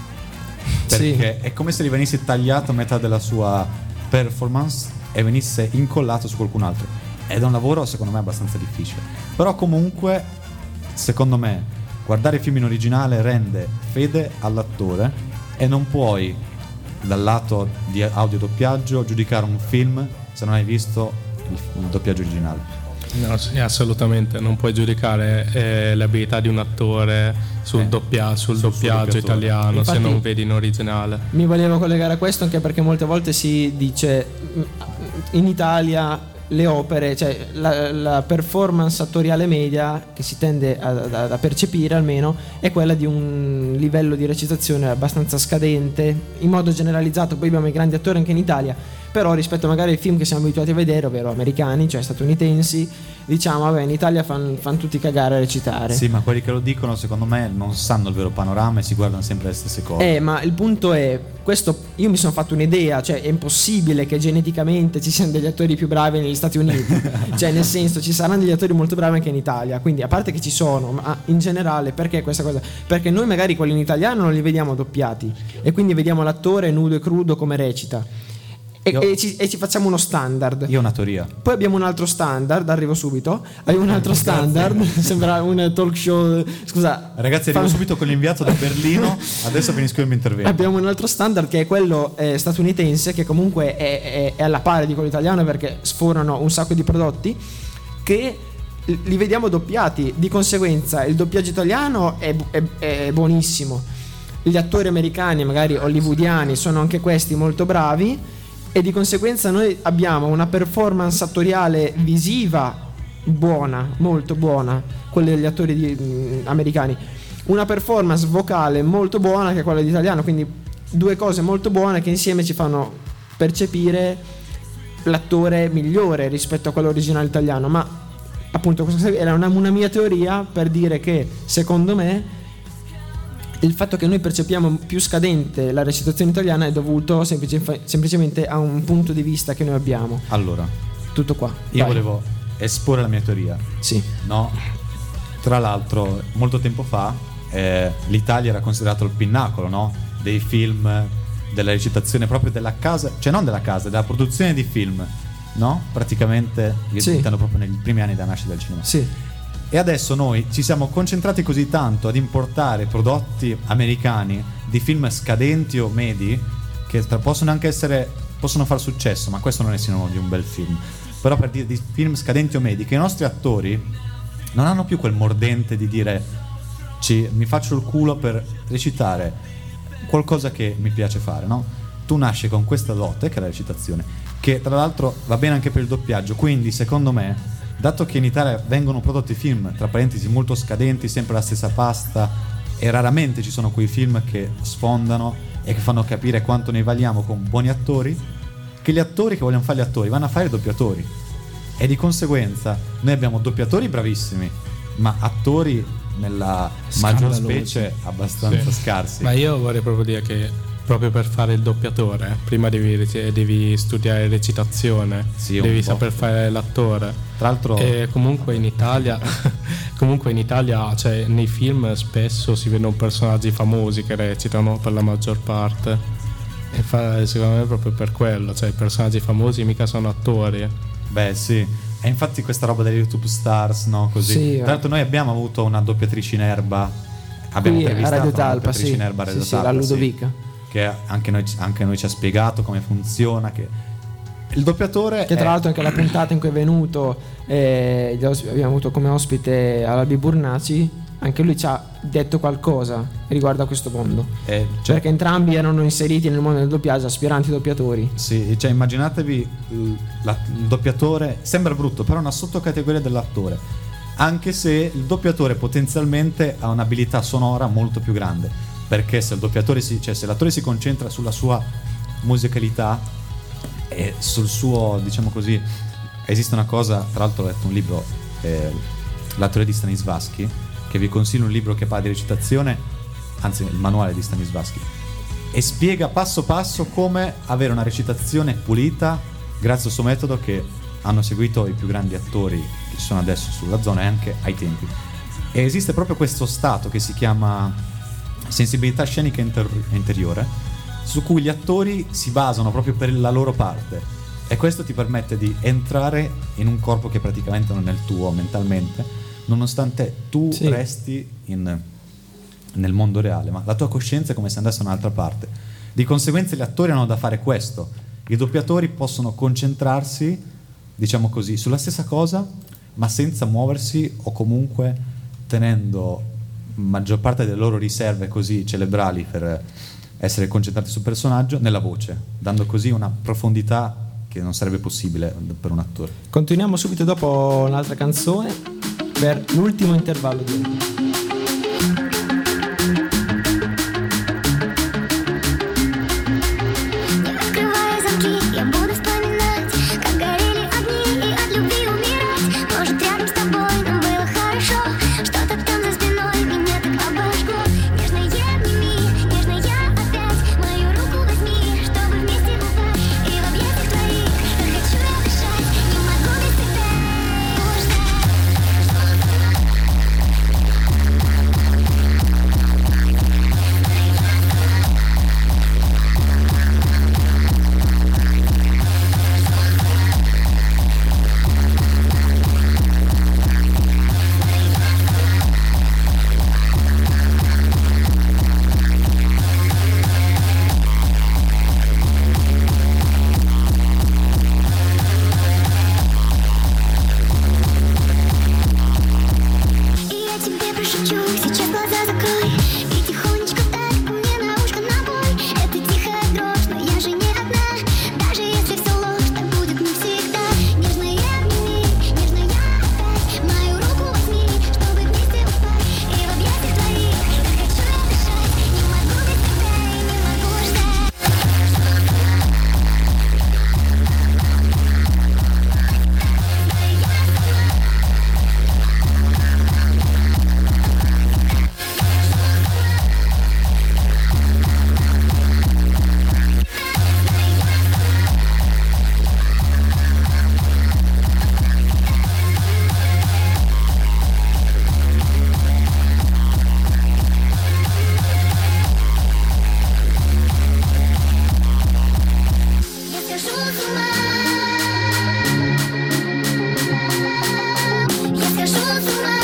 Perché è come se gli venisse tagliato metà della sua performance e venisse incollato su qualcun altro. Ed è un lavoro secondo me abbastanza difficile. Però comunque, secondo me, guardare il film in originale rende fede all'attore e non puoi, dal lato di audiodoppiaggio, giudicare un film se non hai visto il, il doppiaggio originale. No, sì, assolutamente, non puoi giudicare eh, le abilità di un attore sul, Eh, doppia- sul sul suo doppiaggio doppiatore. italiano Infatti- se non vedi in originale. Mi volevo collegare a questo anche perché molte volte si dice mh, in Italia le opere, cioè la, la performance attoriale media che si tende a, a- a percepire almeno è quella di un livello di recitazione abbastanza scadente in modo generalizzato. Poi abbiamo i grandi attori anche in Italia, però rispetto magari ai film che siamo abituati a vedere, ovvero americani, cioè statunitensi, diciamo vabbè, in Italia fanno fan tutti cagare a recitare. Sì, ma quelli che lo dicono secondo me non sanno il vero panorama e si guardano sempre le stesse cose. Eh, ma il punto è, questo io mi sono fatto un'idea, cioè è impossibile che geneticamente ci siano degli attori più bravi negli Stati Uniti, cioè nel senso ci saranno degli attori molto bravi anche in Italia, quindi a parte che ci sono, ma in generale perché questa cosa? Perché noi magari quelli in italiano non li vediamo doppiati e quindi vediamo l'attore nudo e crudo come recita. E, Io- e ci, e ci facciamo uno standard. Io ho una teoria. Poi abbiamo un altro standard, arrivo subito. Abbiamo un altro standard, sembra un talk show. Scusa, Ragazzi, arrivo fa- subito con l'inviato da Berlino. Adesso finisco il mio intervento. Abbiamo un altro standard che è quello eh, statunitense, che comunque è, è- è alla pari di quello italiano perché sforano un sacco di prodotti che li vediamo doppiati. Di conseguenza il doppiaggio italiano è, bu- è- è buonissimo. Gli attori americani, magari hollywoodiani, sono anche questi molto bravi e di conseguenza noi abbiamo una performance attoriale visiva buona, molto buona, quella degli attori di- mh, americani. Una performance vocale molto buona che è quella di italiano, quindi due cose molto buone che insieme ci fanno percepire l'attore migliore rispetto a quello originale italiano. Ma appunto questa era una, una mia teoria per dire che secondo me il fatto che noi percepiamo più scadente la recitazione italiana è dovuto semplice- semplicemente a un punto di vista che noi abbiamo. Allora, Tutto qua. io Vai. volevo esporre la mia teoria. Sì. No? Tra l'altro, molto tempo fa eh, l'Italia era considerato il pinnacolo, no? Dei film, della recitazione proprio della casa, cioè non della casa, della produzione di film, no? Praticamente, io Sì. intendo proprio nei primi anni della nascita del cinema. Sì. E adesso noi ci siamo concentrati così tanto ad importare prodotti americani di film scadenti o medi che tra- possono anche essere, possono far successo, ma questo non è sinonimo di un bel film. Però per dire di film scadenti o medi, che i nostri attori non hanno più quel mordente di dire ci, mi faccio il culo per recitare qualcosa che mi piace fare, no? Tu nasci con questa dote che è la recitazione, che tra l'altro va bene anche per il doppiaggio, quindi secondo me, dato che in Italia vengono prodotti film, tra parentesi, molto scadenti, sempre la stessa pasta, e raramente ci sono quei film che sfondano e che fanno capire quanto ne valiamo con buoni attori, che gli attori che vogliono fare gli attori vanno a fare i doppiatori. E di conseguenza noi abbiamo doppiatori bravissimi, ma attori nella maggior Scandalosi. specie abbastanza Sì. scarsi. Ma io vorrei proprio dire che proprio per fare il doppiatore prima devi, rec- devi studiare recitazione, Sì, un devi po'. saper fare l'attore. Tra l'altro E comunque in Italia comunque in Italia, cioè, nei film spesso si vedono personaggi famosi che recitano per la maggior parte, e fa, secondo me proprio per quello, cioè i personaggi famosi mica sono attori. beh sì, e infatti questa roba delle YouTube stars, no, così. Sì, Tra l'altro noi abbiamo avuto una doppiatrice in erba, abbiamo Qui a intervistato Radio una Talpa, doppiatrice sì. in erba a Sì, Radio sì, la Talpa, sì, Ludovica. che anche noi, anche noi ci ha spiegato come funziona, che il doppiatore Che tra è- l'altro anche la puntata in cui è venuto, eh, gli os- abbiamo avuto come ospite Albi Burnaci, anche lui ci ha detto qualcosa riguardo a questo mondo. è- cioè, Perché entrambi erano inseriti nel mondo del doppiaggio, aspiranti doppiatori. sì, cioè immaginatevi il, la- il doppiatore, sembra brutto, però è una sottocategoria dell'attore, anche se il doppiatore potenzialmente ha un'abilità sonora molto più grande, perché se il doppiatore si, cioè se l'attore si concentra sulla sua musicalità e sul suo, diciamo così, esiste una cosa, tra l'altro ho letto un libro, eh, l'attore di Stanislavski, che vi consiglio, un libro che parla di recitazione, anzi il manuale di Stanislavski, e spiega passo passo come avere una recitazione pulita grazie al suo metodo, che hanno seguito i più grandi attori che ci sono adesso sulla zona e anche ai tempi. E esiste proprio questo stato che si chiama sensibilità scenica inter- interiore, su cui gli attori si basano proprio per la loro parte, e questo ti permette di entrare in un corpo che praticamente non è il tuo mentalmente, nonostante tu Sì. resti in, nel mondo reale, ma la tua coscienza è come se andasse da un'altra parte. Di conseguenza gli attori hanno da fare questo, i doppiatori possono concentrarsi, diciamo così, sulla stessa cosa, ma senza muoversi, o comunque tenendo maggior parte delle loro riserve così cerebrali per essere concentrati sul personaggio nella voce, dando così una profondità che non sarebbe possibile per un attore. Continuiamo subito dopo un'altra canzone per l'ultimo intervallo di oggi. Не открывая замки, я буду вспоминать, как горели огни и от любви умирать. Может, рядом с тобой нам было хорошо, что-то там за спиной меня так обожгло. Нежно я обними, нежно я опять мою руку возьми, чтобы вместе упасть. И в объятиях твоих захочу я дышать, не могу без тебя И я тебе прошепчу, сейчас глаза закрой. И тихонечко так мне на ушко набой. Это тихая дрожь, но я же не одна. Даже если все ложь, так будет не всегда. Нежно я обними, нежно я опять мою руку возьми, чтобы вместе упасть. И в объятиях твоих захочу я дышать. Не могу без тебя и не могу ждать. Я схожу с ума. Я схожу с ума.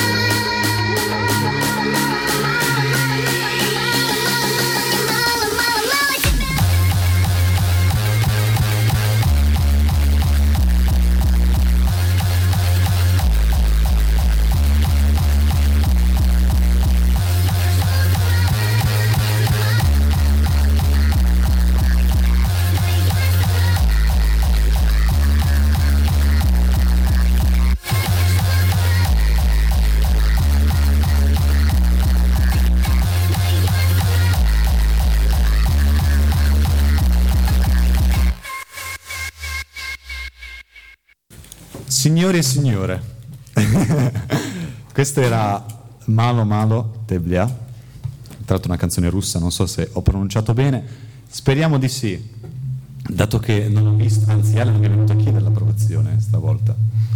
Мало, мало, мало тебя. Signori e signore, questo era Malo Malo Teblia, tra l'altro una canzone russa, non so se ho pronunciato bene, speriamo di sì, dato che non ho visto, anzi Ale non mi è venuto a chiedere l'approvazione stavolta.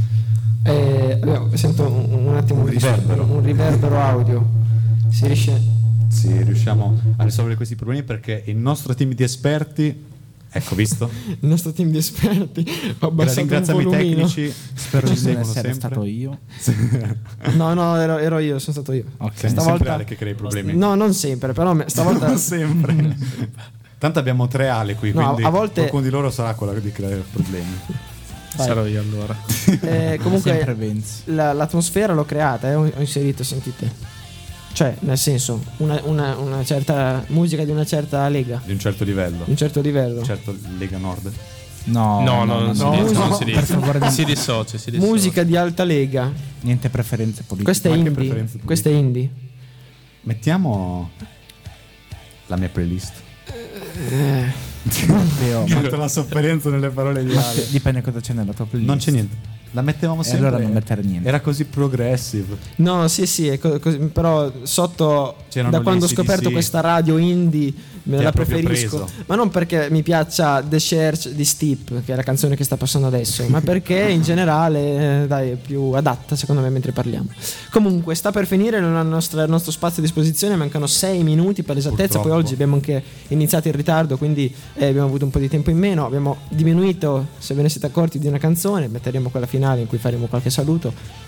Eh, sento un, un attimo un riverbero. un riverbero audio. Si riesce? Sì, riusciamo a risolvere questi problemi perché il nostro team di esperti, ecco, visto? Il nostro team di esperti ho abbassato un ringraziamo i volumino. tecnici, Spero ci di non seguono essere sempre. stato io. No, no, ero, ero io, sono stato io. Ok. Sempre Stavolta Ale che crea i problemi. No, non sempre, però me- stavolta Non sempre. Tanto abbiamo tre Ale qui, No, quindi a volte- qualcuno di loro sarà quello di creare problemi. Vai. Sarò io allora. Eh, comunque Sempre Venzi. la- l'atmosfera l'ho creata, eh, ho, ho inserito, sentite. Cioè, nel senso, una, una- una certa musica di una certa lega, Di un certo livello. di un certo livello. Certo, Lega Nord. No, No, no, non si no, dice, no, non si per dice. favore, non- Si dissocia, si dissocia. Musica di alta lega. Niente preferenze politiche. Questa è Ma che indie. preferenze politiche? Questa è indie. Mettiamo la mia playlist. Eh, Matteo, Quanto la sofferenza nelle parole di Matteo, Ale. dipende cosa c'è nella tua playlist. Non c'è niente. La mettevamo E sempre. allora non mettere niente. Era così progressive. no, sì, sì, è co- così, però sotto C'erano da gli quando ho A C D C. scoperto questa radio indie me Ti la ha proprio preferisco, preso. ma non perché mi piaccia The Church di Steep, che è la canzone che sta passando adesso, ma perché in generale eh, dai, è più adatta secondo me mentre parliamo. Comunque sta per finire il nostro, il nostro spazio a disposizione, mancano sei minuti per l'esattezza. Purtroppo. Poi oggi abbiamo anche iniziato in ritardo, quindi eh, abbiamo avuto un po' di tempo in meno, abbiamo diminuito, se ve ne siete accorti, di una canzone. Metteremo quella finale in cui faremo qualche saluto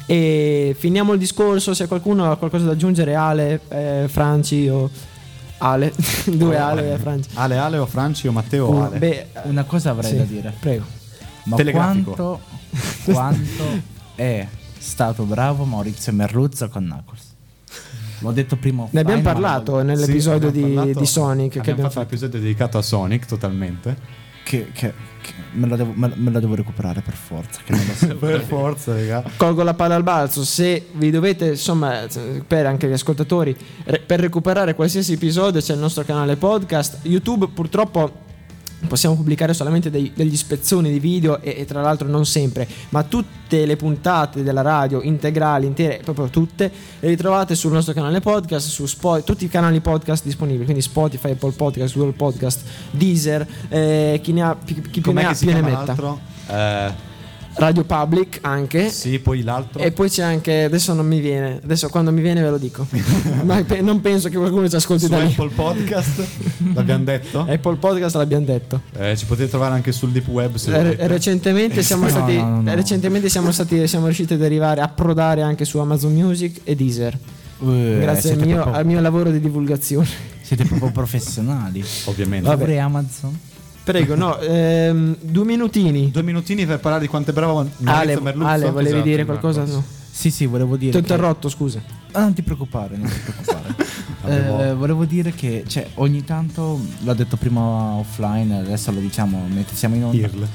e finiamo il discorso. Se qualcuno ha qualcosa da aggiungere, Ale, eh, Franci o Ale, due Ale e Franci. Ale, Ale o Franci o Matteo o Uh, Ale. beh, Una cosa avrei sì, da dire. prego. Ma Telegrafico. quanto, quanto è stato bravo Maurizio Merluzzo con Knuckles? L'ho detto prima Ne abbiamo offline, ma parlato voglio- nell'episodio Sì, abbiamo di, parlato- di Sonic che abbiamo abbiamo fatto un fatto. episodio dedicato a Sonic totalmente. Che, che, che me, la devo, me, me la devo recuperare per forza. Che non lo so. Per forza, raga. Colgo la palla al balzo. Se vi dovete, insomma, per anche gli ascoltatori, re- per recuperare qualsiasi episodio c'è il nostro canale podcast. YouTube purtroppo possiamo pubblicare solamente dei- degli spezzoni di video e, e tra l'altro non sempre, ma tutte le puntate della radio integrali, intere, proprio tutte, le ritrovate sul nostro canale podcast, su Spo- tutti i canali podcast disponibili, quindi Spotify, Apple Podcast, Google Podcast, Deezer, eh, chi ne ha, chi, chi più Com'è ne ha che si più ne chiama metta. l'altro? Eh, Radio Public anche. sì, poi l'altro. E poi c'è anche, adesso non mi viene, adesso quando mi viene ve lo dico, ma pe- non penso che qualcuno ci ascolti Su da lì. Apple Podcast, l'abbiamo detto. Apple Podcast l'abbiamo detto. Eh, ci potete trovare anche sul deep web se Eh, volete. recentemente siamo No, stati, no, no, no. recentemente siamo stati, siamo riusciti ad arrivare, a approdare anche su Amazon Music e Deezer, Eh, grazie al siete mio, proprio- al mio lavoro di divulgazione. Siete proprio professionali. Ovviamente. Vabbè. Pure Amazon. Prego, no, ehm, due minutini. Due minutini per parlare di quanto è bravo Maurizio Ale, Merluzzo. Ale, volevi Esatto, dire una qualcosa? cosa. No. Sì, sì, volevo dire. Ti ho che- interrotto, scusa. Ah, non ti preoccupare, non ti preoccupare. Abbiamo- Eh, volevo dire che cioè, ogni tanto, l'ho detto prima offline, adesso lo diciamo mentre siamo in onda. Irl.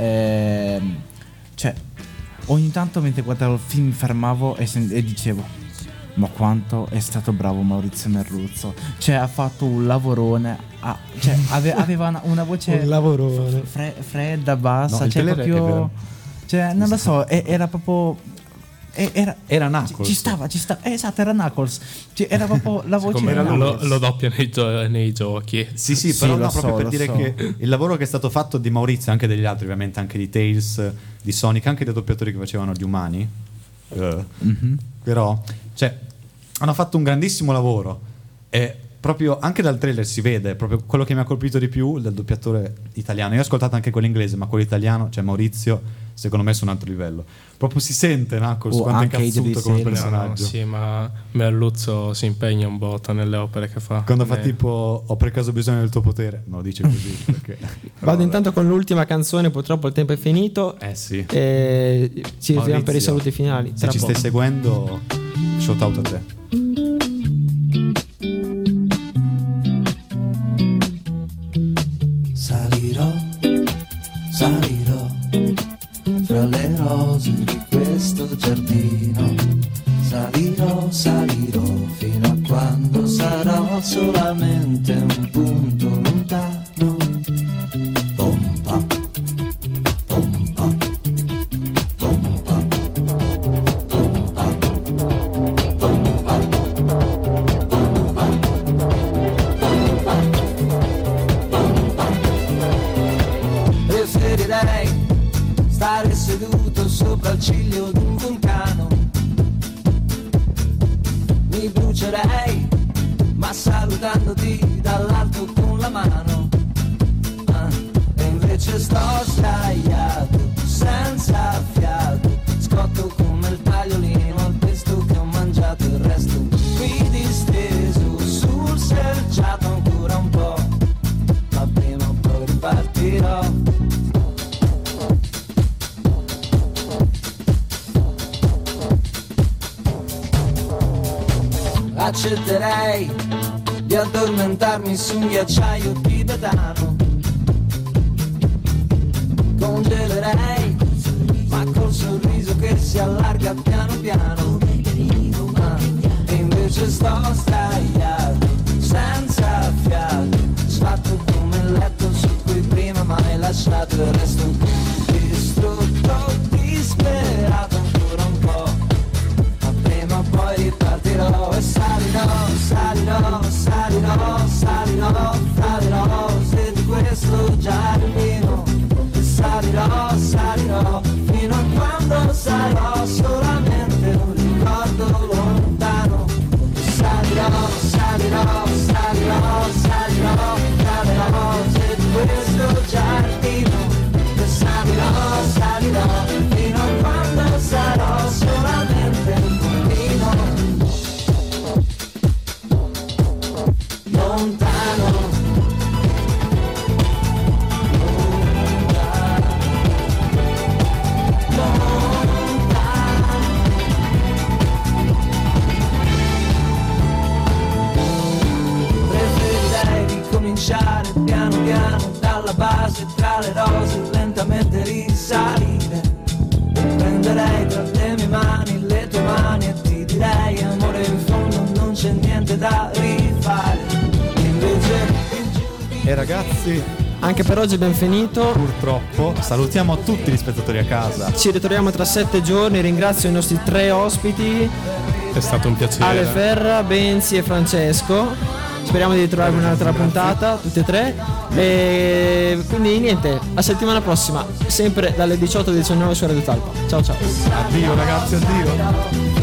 Ehm, cioè, ogni tanto mentre guardavo il film mi fermavo e, sen- e dicevo: ma quanto è stato bravo Maurizio Merluzzo. Cioè, ha fatto un lavorone. ha- cioè, ave- aveva una, una voce Un lavorone. fre- fredda, bassa. No, il cioè, trailer è proprio. vero. Cioè, non lo so, e- era proprio. e- Era, Era ci, Knuckles. ci stava, ci stava. eh, esatto, era Knuckles. Cioè, era proprio la voce Come di lo, Knuckles. lo doppia nei, gio- nei giochi. Sì, sì, Sì, però lo no, so, proprio per lo dire so. che il lavoro che è stato fatto di Maurizio, anche degli altri, ovviamente anche di Tails, di Sonic, anche dei doppiatori che facevano gli umani. eh, Mhm. Però, cioè, hanno fatto un grandissimo lavoro. E proprio anche dal trailer si vede proprio quello che mi ha colpito di più del doppiatore italiano. Io ho ascoltato anche quello inglese, ma quello italiano, cioè Maurizio, secondo me è su un altro livello. Proprio si sente Knuckles Oh, quanto è anche Age cazzuto di come Sailor. No, no, personaggio. sì, ma Merluzzo si impegna un botto nelle opere che fa. Quando fa Eh, tipo ho per caso bisogno del tuo potere, no, dice così perché Vado intanto con l'ultima canzone, purtroppo il tempo è finito. eh sì. E ci vediamo per i Maurizio, saluti finali. Se tra ci poco. stai seguendo, shout out a te. Salirò, salirò fra le rose di questo giardino. Salirò, salirò fino a quando sarò solamente un punto lontano. Pompa, pompa, pompa, pompa, pompa, pompa. ciglio d'un vulcano. Mi brucerei, ma salutandoti dall'alto con la mano. Ah, e invece sto sdraiato, senza fiato, scotto come il tagliolino al pesto che ho mangiato. Il resto qui disteso sul selciato ancora un po', ma prima o poi ripartirò. Accetterei di addormentarmi su un ghiacciaio tibetano. Congelerei, ma col sorriso che si allarga piano piano. Ah, e invece sto sdraiato, senza fiato, sfatto come il letto su cui prima m'hai lasciato. Il resto distrutto, disperato ancora un po', ma prima o poi ripartirò. E salirò, salirò, salirò, salirò, salirò, se di questo giardino. E salirò, salirò, fino a quando sarò solamente un ricordo lontano. E salirò, salirò, salirò, salirò, salirò, se di questo giardino. E salirò, salirò, fino a quando sarò solamente un bambino. Lontano, preferirei ricominciare piano piano dalla base tra le rose, lentamente risalire. Prenderei tra le mie mani le tue mani e ti direi amore, in fondo non c'è niente da rifare. E ragazzi, anche per oggi abbiamo finito. Purtroppo salutiamo tutti gli spettatori a casa. Ci ritroviamo tra sette giorni. Ringrazio i nostri tre ospiti, È stato un piacere. Ale Ferra, Benzi e Francesco. Speriamo di ritrovarvi un'altra puntata, tutti e tre. E quindi niente, a settimana prossima, sempre dalle diciotto alle diciannove su Radio Talpa. Ciao ciao. Addio ragazzi, addio.